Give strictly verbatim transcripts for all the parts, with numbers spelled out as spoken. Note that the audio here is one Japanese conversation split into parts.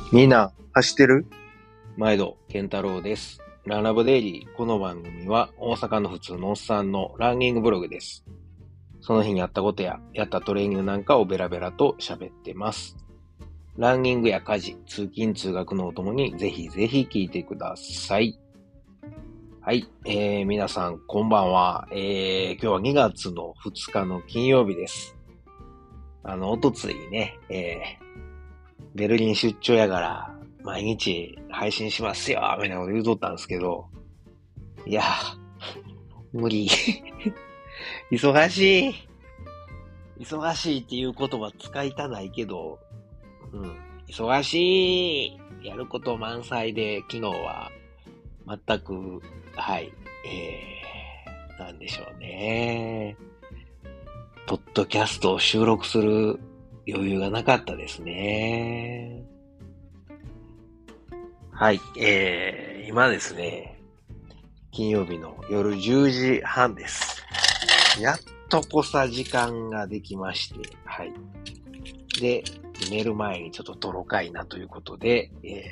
みんな走ってる？ 毎度健太郎です。ランラボデイリー。この番組は大阪の普通のおっさんのランニングブログです。その日にやったことややったトレーニングなんかをベラベラと喋ってます。ランニングや家事、通勤通学のお供にぜひぜひ聞いてください。はい、えー、皆さんこんばんは。えー、今日はにがつのふつかの金曜日です。あの、おとついね、えー、ベルリン出張やから毎日配信しますよみたいなこと言うとったんですけど、いや、無理。忙しい。忙しいっていう言葉使いたないけど、うん。忙しい。やること満載で、昨日は全く、はい、えー、なんでしょうね。ポッドキャストを収録する余裕がなかったですね。はい、えー、今ですね、金曜日の夜じゅうじはんです。やっとこさ時間ができまして、はい。で、寝る前にちょっと撮ろかいなということで、えー、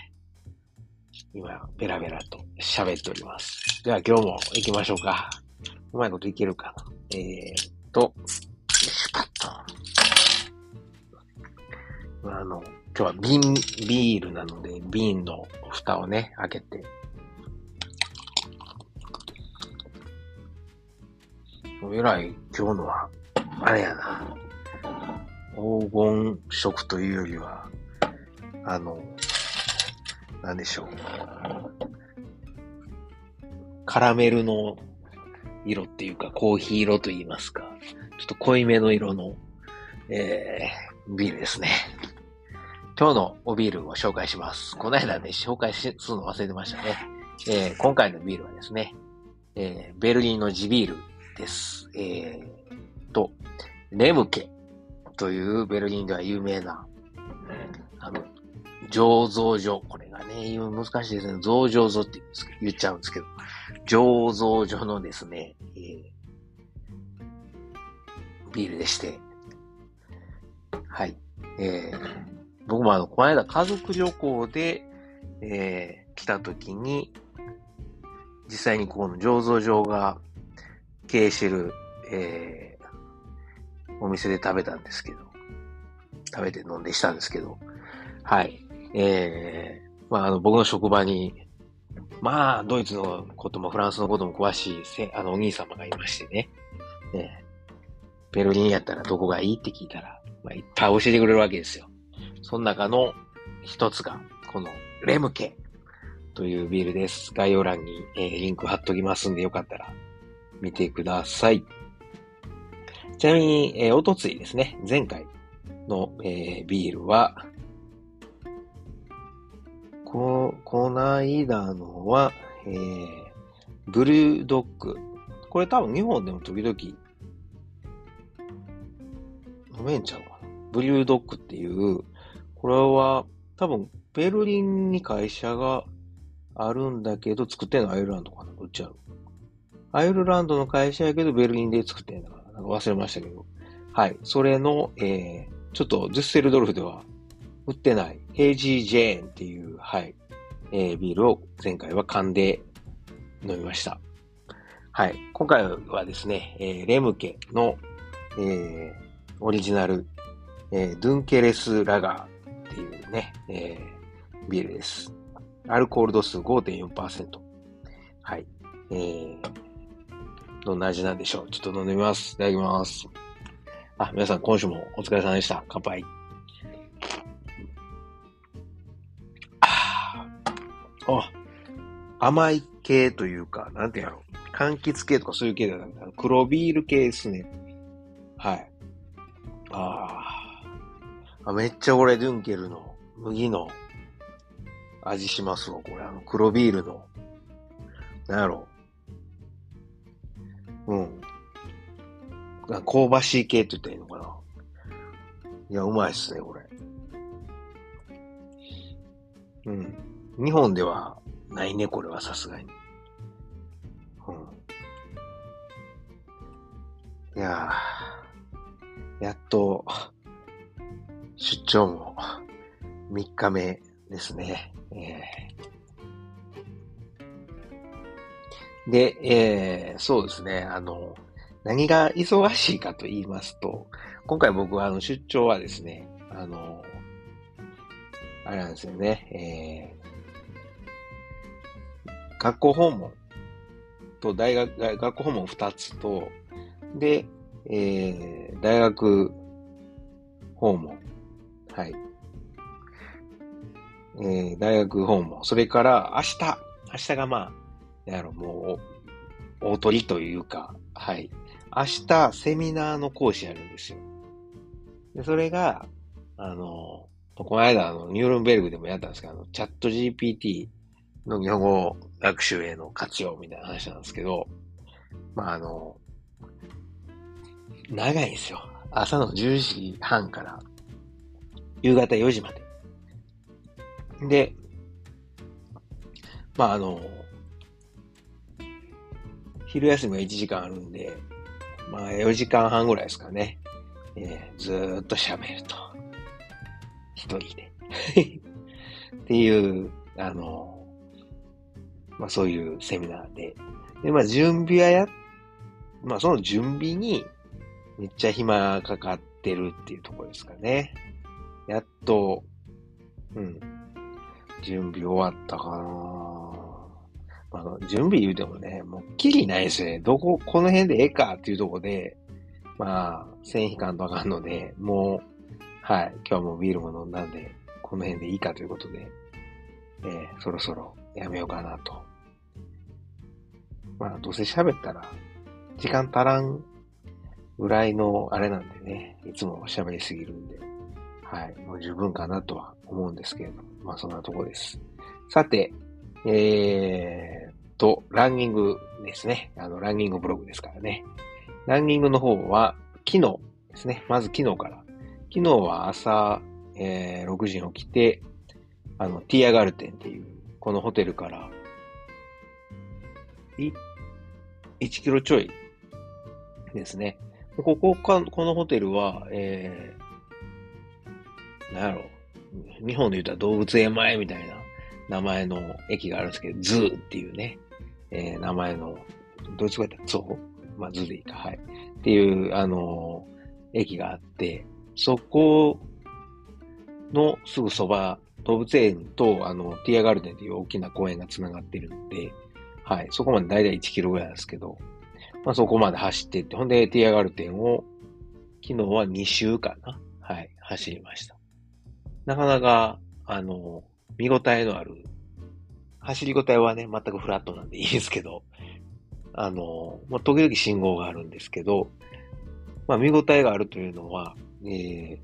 今、ベラベラと喋っております。では今日も行きましょうか。うまいこといけるかな。えーっと、シュパッと。あの、今日は瓶、ビールなので、瓶の蓋をね、開けて。えらい、今日のは、あれやな。黄金色というよりは、あの、なんでしょう。カラメルの色っていうか、コーヒー色と言いますか。ちょっと濃いめの色の、えー、ビールですね。今日のおビールを紹介します。この間ね、紹介するの忘れてましたね。えー、今回のビールはですね、えー、ベルリンの地ビールです。えー、と、レムケというベルリンでは有名な、あの、醸造所。これがね、難しいですね。醸造所って言っちゃうんですけど、醸造所のですね、えー、ビールでして、はい。えー、僕もあの、この間家族旅行で、えー、来た時に、実際にこの醸造所が経営してる、えー、お店で食べたんですけど、食べて飲んでしたんですけど、はい。えー、まあ、あの、僕の職場に、まあ、ドイツのこともフランスのことも詳しいせ、あの、お兄様がいましてね。えー、ベルリンやったらどこがいいって聞いたら、まあ、いっぱい教えてくれるわけですよ。その中の一つが、このレムケというビールです。概要欄に、えー、リンク貼っときますんで、よかったら見てください。ちなみに、えー、おとついですね、前回の、えー、ビールは、こ、こないだのは、えー、ブルードッグ。これ多分日本でも時々飲めんちゃうかな。ブルードッグっていう、これは多分ベルリンに会社があるんだけど、作ってんのアイルランドかな。どっちやろ。アイルランドの会社やけど、ベルリンで作ってんのかな。なんか忘れましたけど。はい。それの、えー、ちょっとデュッセルドルフでは売ってない、ヘイジー・ジェーンっていう、はい、えー、ビールを前回は缶で飲みました。はい。今回はですね、えー、レムケの、えー、オリジナル、えー、ドゥンケレスラガーっていうね、えー、ビールです。アルコール度数 ごてんよんパーセント。はい。えー、どんな味なんでしょう。ちょっと飲んでみます。いただきます。あ、皆さん今週もお疲れ様でした。乾杯。ああ、甘い系というか、なんてやろう。柑橘系とかそういう系ではなくて、黒ビール系ですね。はい。ああ。めっちゃこれ、ドゥンケルの麦の味しますわ。これ、あの、黒ビールの。なんやろう。うん。香ばしい系って言ったらいいのかな。いや、うまいっすね、これ。うん。日本ではないね、これはさすがに。うん。いやー、やっと、出張もみっかめですね。えー、で、えー、そうですね。あの、何が忙しいかと言いますと、今回僕はあの出張はですね、あの、あれなんですよね、えー、学校訪問と大学、学校訪問ふたつと、で、えー、大学訪問。はい。えー、大学訪問。それから明日。明日がまあ、なんやろ、もう、大鳥というか、はい。明日、セミナーの講師やるんですよ。で、それが、あの、この間、あの、ニューロンベルグでもやったんですけど、あの、チャット ジーピーティー の日本語学習への活用みたいな話なんですけど、まあ、あの、長いんですよ。朝のじゅうじはんから夕方よじまで。で、まあ、あの、昼休みがいちじかんあるんで、まあ、よじかんはんぐらいですかね。えー、ずーっと喋ると。一人で。っていう、あの、まあそういうセミナーで。で、まあ準備はや、まあその準備にめっちゃ暇かかってるっていうところですかね。やっと、うん、準備終わったかな。まあ、準備言うてもね、もうきりないですよね。どこ、この辺でええかっていうところで、まあ、線引かんとあかんので、もう、はい、今日はもうビールも飲んだんで、この辺でいいかということで、えー、そろそろやめようかなと。まあ、どうせ喋ったら、時間足らんぐらいのあれなんでね、いつも喋りすぎるんで、はい、もう十分かなとは思うんですけれども、まあそんなとこです。さて、えーっと、ランニングですね。あの、ランニングブログですからね。ランニングの方は、昨日ですね。まず昨日から。昨日は朝、えー、ろくじに起きて、あの、ティアガルテンっていう、このホテルから、い、いちキロちょいですね。ここか、このホテルは、えー、なんやろ、日本で言ったら動物園前みたいな名前の駅があるんですけど、ズーっていうね、えー、名前の、ドイツ語やったらゾウまあ、ズーでいいか、はい。っていう、あのー駅があって、そこのすぐそば、動物園と、あの、ティアガルデンという大きな公園が繋がってるんで、はい、そこまでだいたいいちキロぐらいなんですけど、まあそこまで走ってって、ほんで、ティアガルデンを、昨日はに周かなはい、走りました。なかなか、あの、見応えのある、走り応えはね、全くフラットなんでいいですけど、あの、まあ、時々信号があるんですけど、まあ、見応えがあるというのは、えー、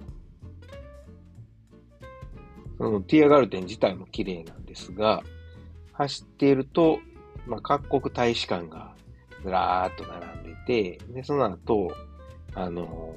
そのティアガルデン自体も綺麗なんですが、走っていると、まあ、各国大使館がずらーっと並んでて、で、その後、あの、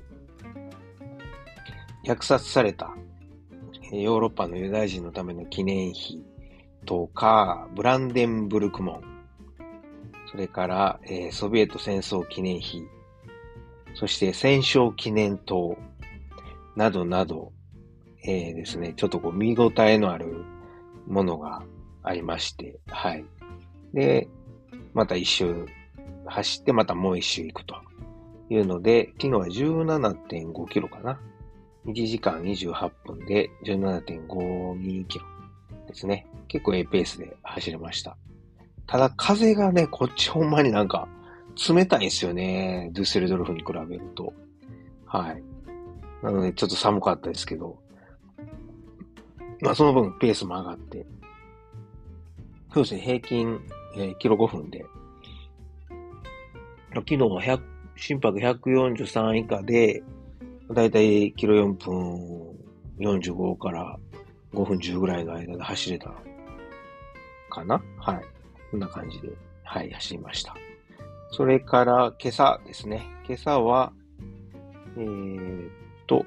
虐殺されたヨーロッパのユダヤ人のための記念碑とか、ブランデンブルク門、それから、えーソビエト戦争記念碑、そして戦勝記念塔などなど、えーですね、ちょっとこう見応えのあるものがありまして、はい。で、また一周走ってまたもう一周行くというので、昨日は じゅうななてんごキロかな。いちじかんにじゅうはっぷんで じゅうななてんごにキロですね。結構ええペースで走れました。ただ風がね、こっちほんまになんか冷たいんですよね。ドゥッセルドルフに比べると。はい。なのでちょっと寒かったですけど、まあその分ペースも上がって、そうですね、平均、えーキロごふんで、昨日はひゃく心拍ひゃくよんじゅうさん以下で、だいたいキロよんぷんよんじゅうごからごふんじゅうぐらいの間で走れたかなはい。こんな感じで、はい、走りました。それから今朝ですね。今朝は、えーっと、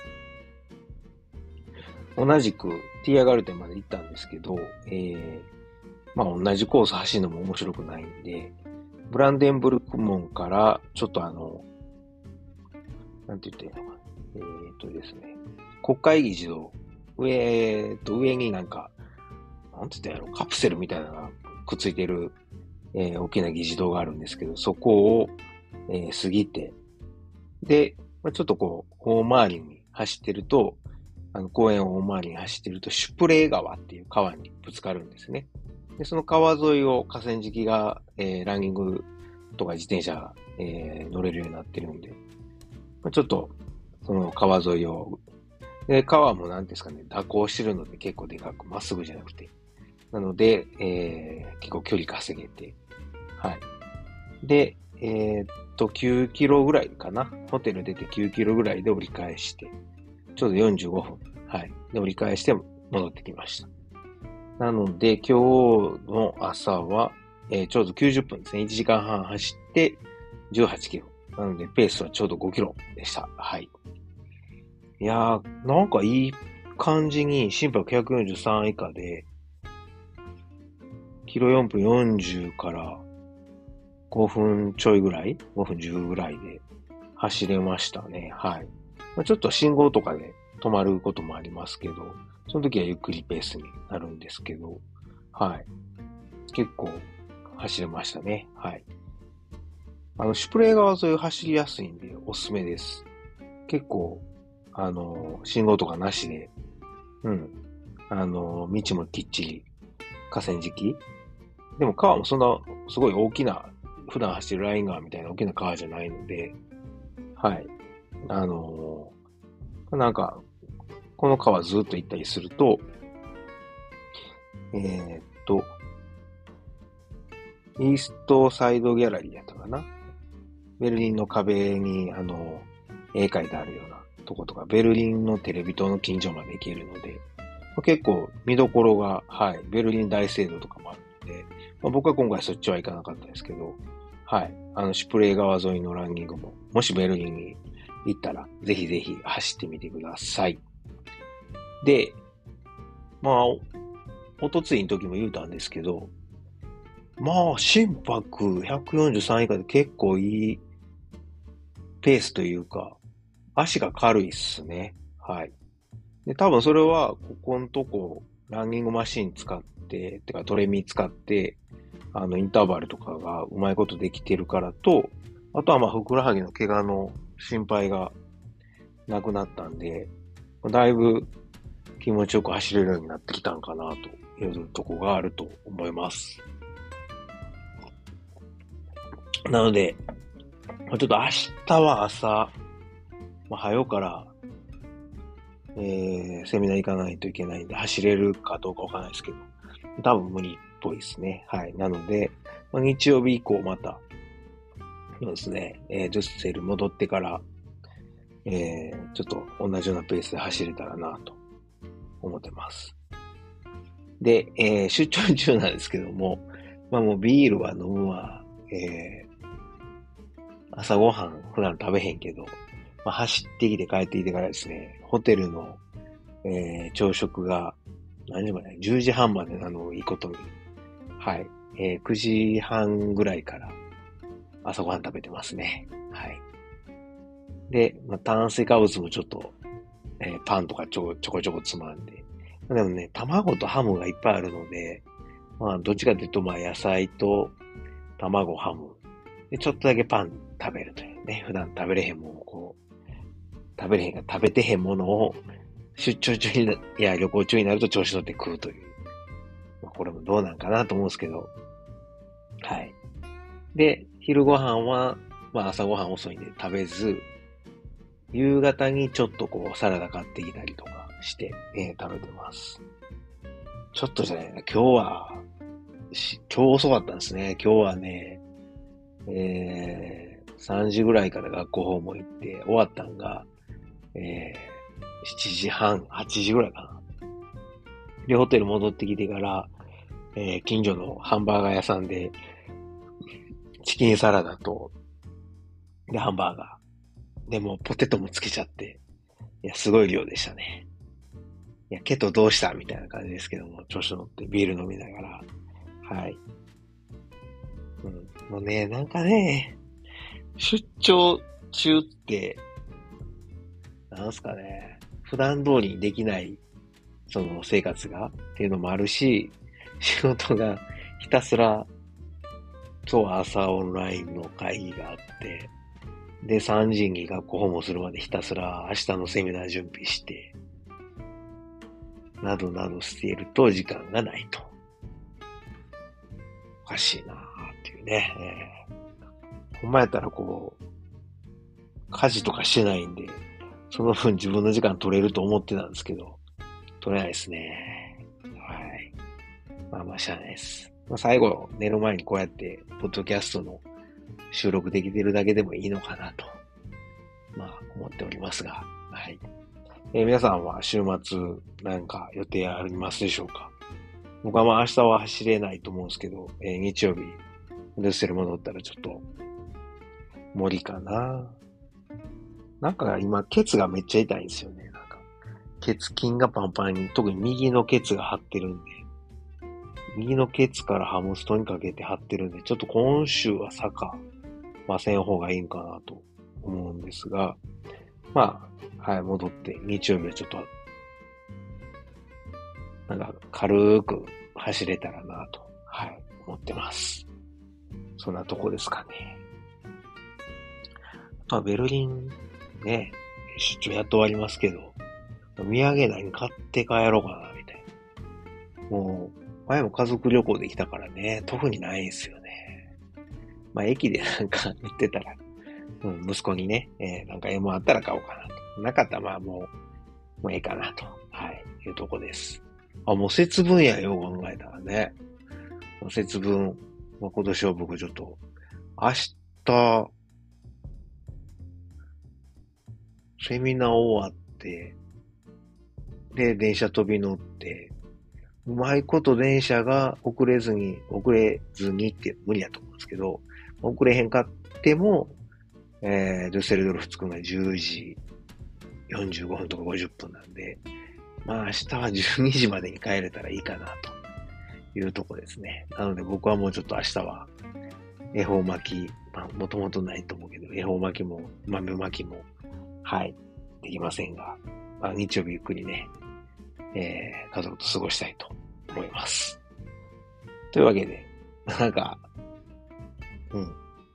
同じくティアガルテンまで行ったんですけど、えー、まあ同じコース走るのも面白くないんで、ブランデンブルク門からちょっとあの、なんて言っていいのかな。えーっとですね、国会議事堂上、えっと、上になんか、なんつったんやろ、カプセルみたいなのがくっついてる、えー大きな議事堂があるんですけど、そこを、えー過ぎて、で、まあ、ちょっとこう、大回りに走ってると、あの、公園を大回りに走ってると、シュプレー川っていう川にぶつかるんですね。で、その川沿いを河川敷が、えーランニングとか自転車が、えー乗れるようになってるんで、まあ、ちょっと、その川沿いを、で、川もなんですかね、蛇行してるので結構でかく、まっすぐじゃなくて。なので、えー結構距離稼げて、はい。で、えーっと、きゅうキロぐらいかな。ホテル出てきゅうキロぐらいで折り返して、ちょうどよんじゅうごふん。はい。で、折り返して戻ってきました。なので、今日の朝は、えーちょうどきゅうじゅっぷんですね。いちじかんはん走ってじゅうはちキロ。なので、ペースはちょうどごキロでした。はい。いやー、なんかいい感じに心拍ひゃくよんじゅうさん以下で、キロよんぷんよんじゅうからごふんちょいぐらい ?ご 分じゅうぐらいで走れましたね。はい。まあ、ちょっと信号とかで止まることもありますけど、その時はゆっくりペースになるんですけど、はい。結構走れましたね。はい。あの、シュプレー川沿い走りやすいんでおすすめです。結構、あの、信号とかなしで、うん。あの、道もきっちり河川敷。でも川もそんな、すごい大きな、普段走るライン川みたいな大きな川じゃないので、はい。あのーなんか、この川ずっと行ったりすると、えーっと、イーストサイドギャラリーやったかな。ベルリンの壁に、あの、絵描いてあるようなとことか、ベルリンのテレビ塔の近所まで行けるので、結構見どころが、はい、ベルリン大聖堂とかもあるので、まあ、僕は今回そっちは行かなかったですけど、はい、あの、シュプレー川沿いのランニングも、もしベルリンに行ったら、ぜひぜひ走ってみてください。で、まあ、おとついの時も言うたんですけど、まあ、心拍ひゃくよんじゅうさん以下で結構いいペースというか、足が軽いっすね。はい。で、多分それは、ここのとこ、ランニングマシン使って、てかトレミ使って、あの、インターバルとかがうまいことできてるからと、あとはまあ、ふくらはぎの怪我の心配がなくなったんで、だいぶ気持ちよく走れるようになってきたんかなというとこがあると思います。なので、ちょっと明日は朝、まあ、早うから、えー、セミナー行かないといけないんで、走れるかどうかわからないですけど、多分無理っぽいですね。はい。なので、まあ、日曜日以降また、そうですね、えー、ドゥッセル戻ってから、えー、ちょっと同じようなペースで走れたらなと思ってます。で、えー、出張中なんですけども、まあもうビールは飲むわ、えー、朝ごはん普段食べへんけど、まあ、走ってきて帰ってきてからですね、ホテルの、えー、朝食が何時まで ?じゅう 時半までなのをいいことに、はい、えー、くじはんぐらいから朝ごはん食べてますね。はい。で、まあ、炭水化物もちょっと、えーパンとかちょこちょこちょこつまんで。でもね、卵とハムがいっぱいあるので、まあ、どっちかというと、まあ、野菜と卵、ハム。で、ちょっとだけパン食べるというね。普段食べれへんものをこう、食べれへんか食べてへんものを出張中にな、いや、旅行中になると調子乗って食うという。まあ、これもどうなんかなと思うんですけど。はい。で、昼ご飯は、まあ朝ご飯遅いんで食べず、夕方にちょっとこうサラダ買ってきたりとかして、えー食べてます。ちょっとじゃないな、今日は、し今日遅かったんですね。今日はね、えー、さんじぐらいから学校訪問行って、終わったんが、えー、しちじはん、はちじぐらいかな。で、ホテル戻ってきてから、えー、近所のハンバーガー屋さんで、チキンサラダと、で、ハンバーガー。で、もうポテトもつけちゃって、いや、すごい量でしたね。いや、ケトどうしたみたいな感じですけども、調子乗ってビール飲みながら。はい。うん。もうね、なんかね、出張中って、なんすかね、普段通りにできないその生活がっていうのもあるし、仕事がひたすら今日は朝オンラインの会議があって、で、さんじに学校訪問するまでひたすら明日のセミナー準備して、などなどしていると時間がないと。おかしいなーっていうね。えー、ほんまやったらこう、家事とかしてないんで、その分自分の時間取れると思ってたんですけど、取れないですね。はい。まあまあしゃあないです。まあ、最後、寝る前にこうやって、ポッドキャストの収録できてるだけでもいいのかなと、まあ思っておりますが、はい。えー、皆さんは週末なんか予定ありますでしょうか？僕はまあ明日は走れないと思うんですけど、えー、日曜日、ルッセル戻ったらちょっと、森かな。なんか今、ケツがめっちゃ痛いんですよね。なんか、ケツ筋がパンパンに、特に右のケツが張ってるんで、右のケツからハムストにかけて張ってるんで、ちょっと今週は坂はせん方がいいんかなと思うんですが、まあ、はい、戻って、日曜日はちょっと、なんか軽く走れたらなと、はい、思ってます。そんなとこですかね。あとはベルリン、ね、出張やっと終わりますけど、土産何買って帰ろうかな、みたいな。もう、前も家族旅行できたからね、特にないんですよね。まあ、駅でなんか言ってたら、うん、息子にね、えー、なんか絵もあったら買おうかなと。なかったらまあもう、もうええかなと、はい、いうとこです。あ、もう節分やよ、考えたらね。節分、まあ、今年は僕ちょっと、明日、セミナー終わって、で、電車飛び乗って、うまいこと電車が遅れずに、遅れずにって無理やと思うんですけど、遅れへんかっても、えー、ドゥッセルドルフ着くのはじゅうじよんじゅうごふんとかごじゅっぷんなんで、まあ明日はじゅうにじまでに帰れたらいいかなというとこですね。なので僕はもうちょっと明日は恵方巻き、まあもともとないと思うけど、恵方巻きも豆巻きも、はい、できませんが、まあ日曜日ゆっくりね、えー、家族と過ごしたいと思います。というわけで、なんか、うん。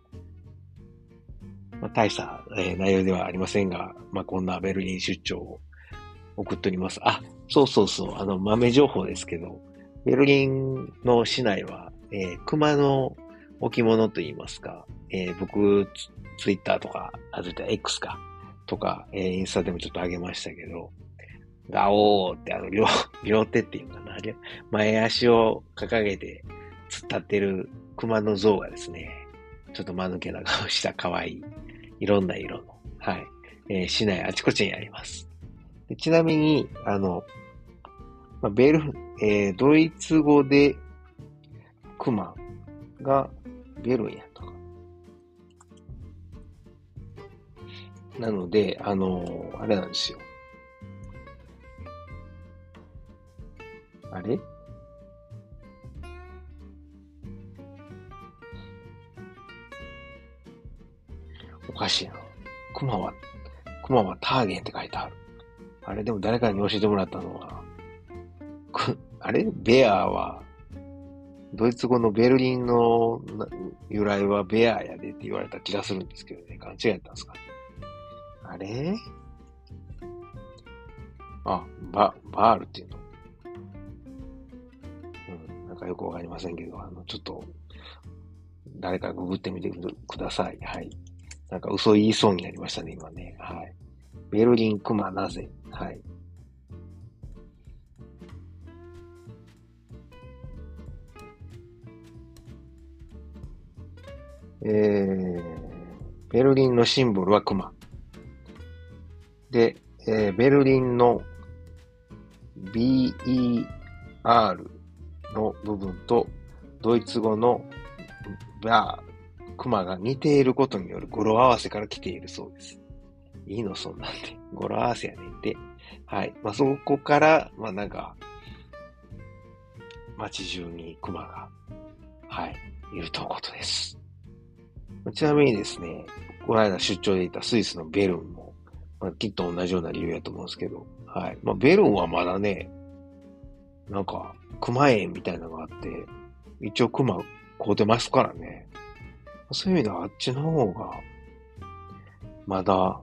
まあ、大した、えー内容ではありませんが、まあ、こんなベルリン出張を送っております。あ、そうそうそう、あの、豆情報ですけど、ベルリンの市内は、えー熊の置物といいますか、えー僕、ツツイッターとか、あ、と X か、とか、えーインスタでもちょっと上げましたけど、ガオーってあの、両、両手っていうかな、両前足を掲げて突っ立ってる熊の像がですね、ちょっと間抜けな顔した可愛い、いろんな色の、はい、えー市内あちこちにあります。でちなみに、あの、まあ、ベル、えードイツ語で熊がベルンやとか。なので、あのーあれなんですよ。あれおかしいな。熊は、熊はターゲンって書いてある。あれでも誰かに教えてもらったのは、くあれベアは、ドイツ語のベルリンのな由来はベアやでって言われた気がするんですけどね。勘違いやったんですかね。あれあ、バ、バールっていうの。うん、なんかよくわかりませんけど、あの、ちょっと、誰かググってみてください。はい。なんか嘘言いそうになりましたね、今ね。はい。ベルリン、クマ、なぜはい。えー、ベルリンのシンボルはクマ。で、えーベルリンの ビーイーアール の部分と、ドイツ語のバー、クマが似ていることによる語呂合わせから来ているそうです。いいの、そんなんで。語呂合わせやねんて。はい。まあ、そこから、まあ、なんか、街中にクマが、はい、いるということです。ちなみにですね、この間出張でいたスイスのベルンも、まあ、きっと同じような理由やと思うんですけど、はい。まあ、ベルンはまだね、 なんか、熊園みたいなのがあって、一応熊買うてますからね。そういう意味ではあっちの方が、まだ、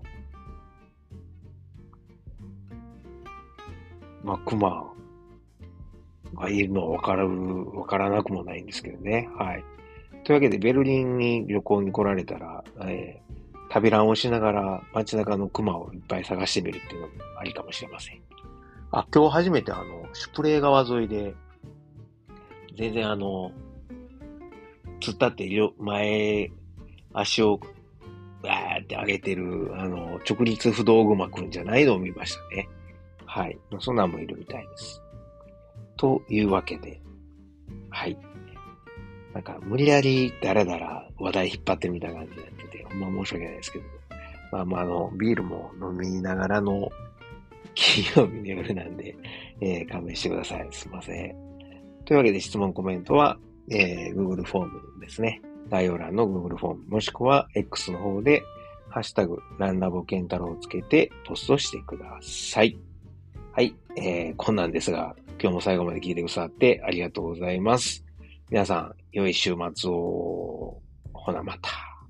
まあ、熊がいるのはわかる、わからなくもないんですけどね。はい。というわけで、ベルリンに旅行に来られたら、えー、旅ランをしながら街中の熊をいっぱい探してみるっていうのもありかもしれません。あ、今日初めてあの、シュプレー川沿いで、全然あの、突っ立ってよ前、足を、わーって上げてる、あの、直立不動熊くんじゃないのを見ましたね。はい。そんなんもいるみたいです。というわけで、はい。なんか、無理やりだらだら話題引っ張ってみた感じになってて、ほんま申し訳ないですけど、まあまあ、あの、ビールも飲みながらの金曜日の夜なんで、えー、勘弁してください。すいません。というわけで質問コメントは、えー、Google フォームですね。概要欄の Google フォーム、もしくは X の方で、ハッシュタグ、ランラボケンタロウをつけてポストしてください。はい、えー、こんなんですが、今日も最後まで聞いてくださってありがとうございます。皆さん、良い週末を。ほなまた。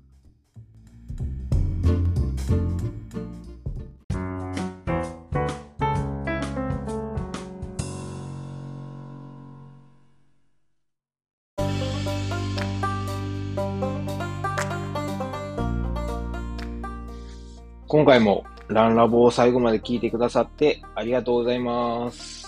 今回もランラボを最後まで聞いてくださってありがとうございます。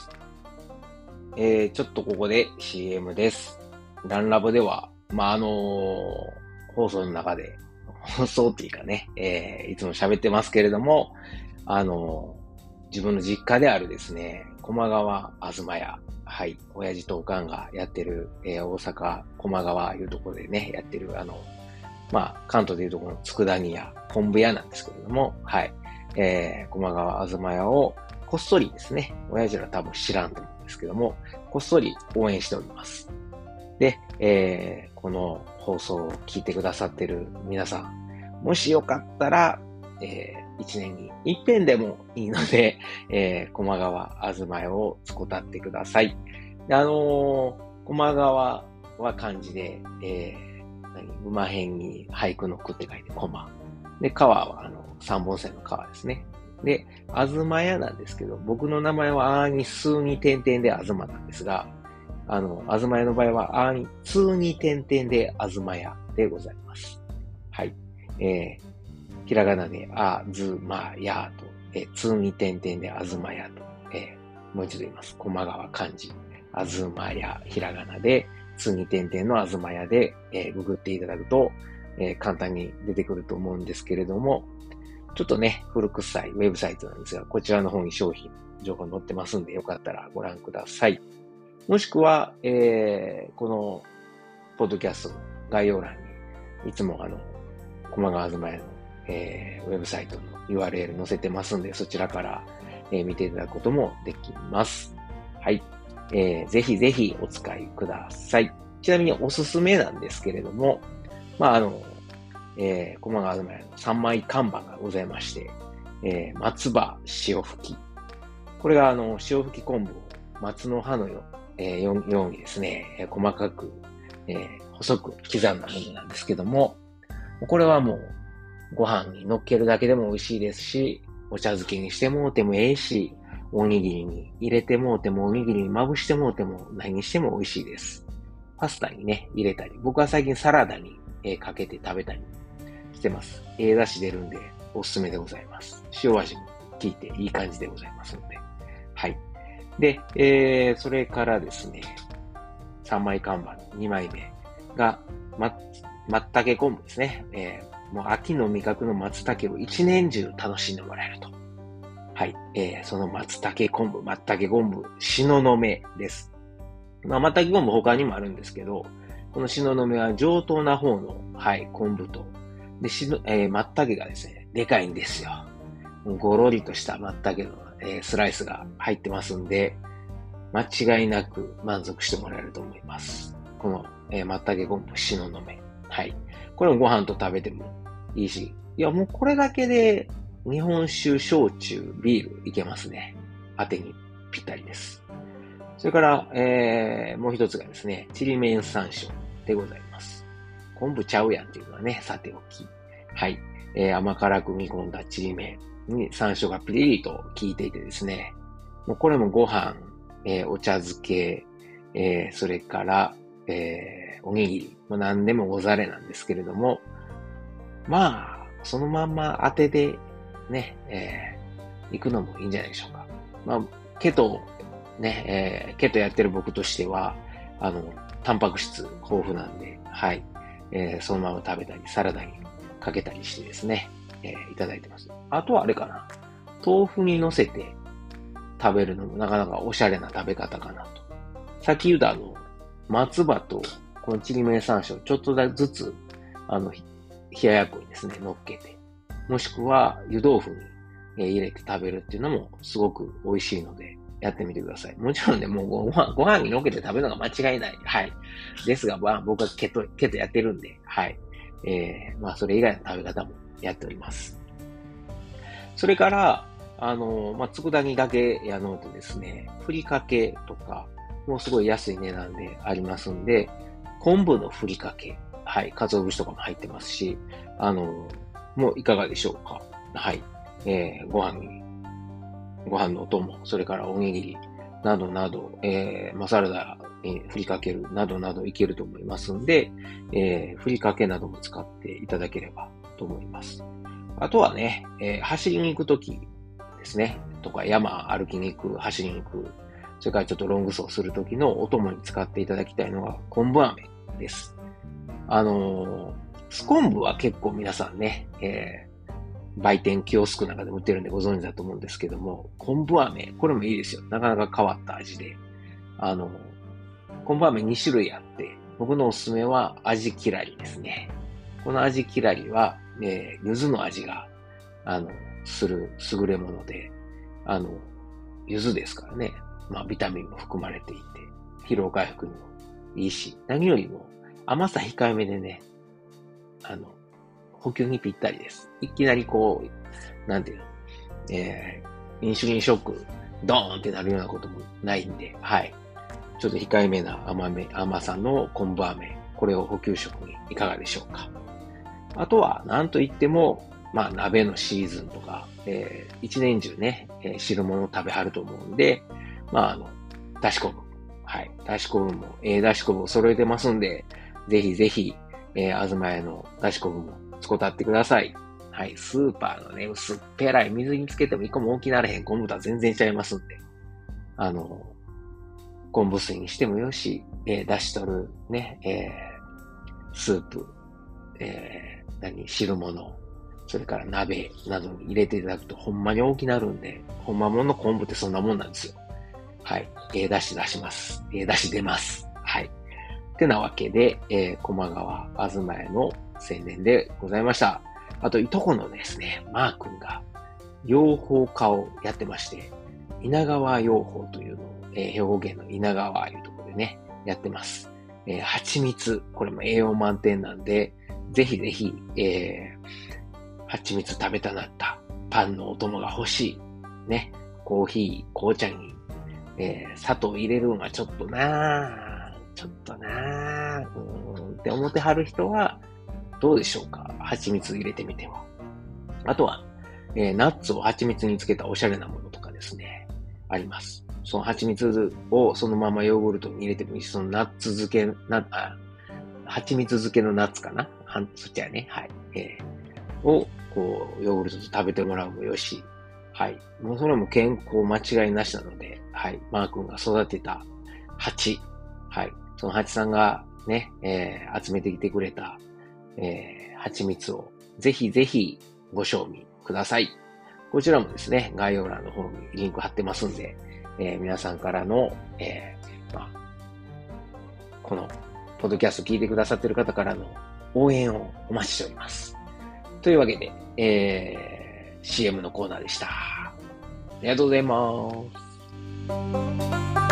えー、ちょっとここで シーエム です。ランラボでは、まあ、あのー、放送の中で、放送っていうかね、えー、いつも喋ってますけれども、あのー、自分の実家であるですね、駒川あずま屋、はい、親父とおかんがやってる、えー、大阪駒川いうところでね、やってる、あの、まあ、関東でいうところの佃煮屋、昆布屋なんですけれども、はい、えー、駒川あずま屋をこっそりですね、親父ら多分知らんと思うんですけども、こっそり応援しております。で、えー、この放送を聞いてくださってる皆さん、もしよかったら、えー、一年に一遍でもいいので、えー、駒川あずま屋をつこたってください。で、あのー、駒川は漢字で、えー、何馬辺に俳句の句って書いて駒。で、川はあの三本線の川ですね。で、あずま屋なんですけど、僕の名前はあーに数に点々であずまなんですが、あの、あずまやの場合は、あに、通に点々であずまやでございます。はい。えー、ひらがなであずまやと、えー、通に点々であずまやと、えー、もう一度言います。駒川漢字、あずまや、ひらがなで、通に点々のあずまやで、えー、ググっていただくと、えー、簡単に出てくると思うんですけれども、ちょっとね、古臭いウェブサイトなんですが、こちらの方に商品、情報載ってますんで、よかったらご覧ください。もしくは、えー、この、ポッドキャストの概要欄に、いつもあの、駒川あずまやの、えー、ウェブサイトの ユーアールエル 載せてますんで、そちらから、えー、見ていただくこともできます。はい。えー、ぜひぜひお使いください。ちなみにおすすめなんですけれども、まあ、あの、えー、駒川あずまやのさんまい看板がございまして、えー、松葉塩吹き。これがあの、塩吹き昆布を松の葉のよえー、ようようにですね、えー、細かく、えー、細く刻んだものなんですけども、これはもうご飯に乗っけるだけでも美味しいですし、お茶漬けにしてもうてもええし、おにぎりに入れてもうてもおにぎりにまぶしてもうても何にしても美味しいです。パスタにね、入れたり、僕は最近サラダに、えー、かけて食べたりしてます。ええ出汁出るんでおすすめでございます。塩味も効いていい感じでございますので。はい。で、えー、それからですね、さんまい看板のにまいめが、ま、松茸昆布ですね。えー、もう秋の味覚の松茸を一年中楽しんでもらえると。はい。えー、その松茸昆布、松茸昆布、しののめです。まあ、松茸昆布他にもあるんですけど、このしののめは上等な方の、はい、昆布と、で、しの、えー、松茸がですね、でかいんですよ。ごろりとした松茸のえー、スライスが入ってますんで、間違いなく満足してもらえると思います。この、えー、松茸昆布しののめ。はい。これもご飯と食べてもいいし、いやもうこれだけで日本酒、焼酎、ビールいけますね。当てにぴったりです。 それから、えー、もう一つがですね、ちりめん山椒でございます。昆布ちゃうやんっていうのはね、さておき。はい。えー、甘辛く煮込んだちりめんに山椒がピリリと効いていてですね、もうこれもご飯、えー、お茶漬け、えー、それから、えー、おにぎり、もう何でもござれなんですけれども、まあ、そのまんま当てでね、えー、行くのもいいんじゃないでしょうか。まあ、ケト、ね、えー、ケトやってる僕としては、あの、タンパク質豊富なんで、はい、えー、そのまま食べたり、サラダにかけたりしてですね、えー、いただいてます。あとはあれかな、豆腐に乗せて食べるのもなかなかおしゃれな食べ方かなと。さっき言ったあの、松葉とこのちりめん山椒ちょっとずつ、あの、冷ややっこにですね、乗っけて、もしくは湯豆腐に、えー、入れて食べるっていうのもすごく美味しいので、やってみてください。もちろんね、もうご飯、ご飯に乗っけて食べるのが間違いない。はい。ですが、まあ、僕はケト、ケトやってるんで、はい。えー、まあ、それ以外の食べ方もやっております。それから、あの、まあ、佃煮だけやのうとですね、ふりかけとか、もうすごい安い値段でありますんで、昆布のふりかけ、はい、鰹節とかも入ってますし、あの、もういかがでしょうか。はい。えー、ご飯に、ご飯のお供、それからおにぎり、などなど、えー、マサラダにふりかけるなどなどいけると思いますんで、えー、ふりかけなども使っていただければと思います。あとはね、えー、走りに行くときですね、とか山歩きに行く、走りに行く、それからちょっとロング走するときのお供に使っていただきたいのが昆布飴です。あのー、ス昆布は結構皆さんね、えー、売店キオスクなんかでも売ってるんでご存知だと思うんですけども、昆布飴、これもいいですよ。なかなか変わった味で。あのー、昆布飴に種類あって、僕のおすすめは味きらりですね。この味きらりは、えー、柚子の味が、あの、する優れもので、あの、柚子ですからね。まあ、ビタミンも含まれていて、疲労回復にもいいし、何よりも甘さ控えめでね、あの、補給にぴったりです。いきなりこう、なんていうの、えー、インシュリンショック、ドーンってなるようなこともないんで、はい。ちょっと控えめな甘め、甘さの昆布飴、これを補給食にいかがでしょうか。あとは、なんといっても、まあ、鍋のシーズンとか、えー、一年中ね、えー、汁物を食べはると思うんで、まあ、あの、だし昆布。はい。だし昆布も、えー、だし昆布を揃えてますんで、ぜひぜひ、えー、あずまやのだし昆布も使ってってください。はい。スーパーのね、薄っぺらい水につけても一個も大きなれへん昆布とは全然ちゃいますんで、あの、昆布水にしてもよし、えー、だし取るね、えー、スープ、えー、何、汁物、それから鍋などに入れていただくとほんまに大きなるんで、ほんまもんの昆布ってそんなもんなんですよ。はい。ええ出汁出します。ええ出汁出ます。はい。ってなわけで、えー、駒川あずまやの宣伝でございました。あと、いとこのですね、マー君が養蜂家をやってまして、稲川養蜂というのを、えー、兵庫県の稲川いうところでね、やってます。えー、蜂蜜、これも栄養満点なんで、ぜひぜひ、えー、蜂蜜食べたなったパンのお供が欲しい。ね、コーヒー、紅茶に、えー、砂糖入れるのがちょっとなぁ、ちょっとなぁ、うーんって思ってはる人は、どうでしょうか？蜂蜜入れてみては。あとは、えー、ナッツを蜂蜜につけたおしゃれなものとかですね、あります。その蜂蜜をそのままヨーグルトに入れてもいいし、そのナッツ漬け、な、あ、蜂蜜漬けのナッツかな？はん、そっちはね、はい。えー、を、こう、ヨーグルトと食べてもらうもよし、はい。もうそれも健康間違いなしなので、はい。マー君が育てた蜂、はい。その蜂さんがね、えー、集めてきてくれた、えー、蜂蜜をぜひぜひご賞味ください。こちらもですね、概要欄の方にリンク貼ってますんで、えー、皆さんからの、えー、まあ、この、ポッドキャスト聞いてくださっている方からの応援をお待ちしております。というわけで、えー、シーエム のコーナーでした。ありがとうございます。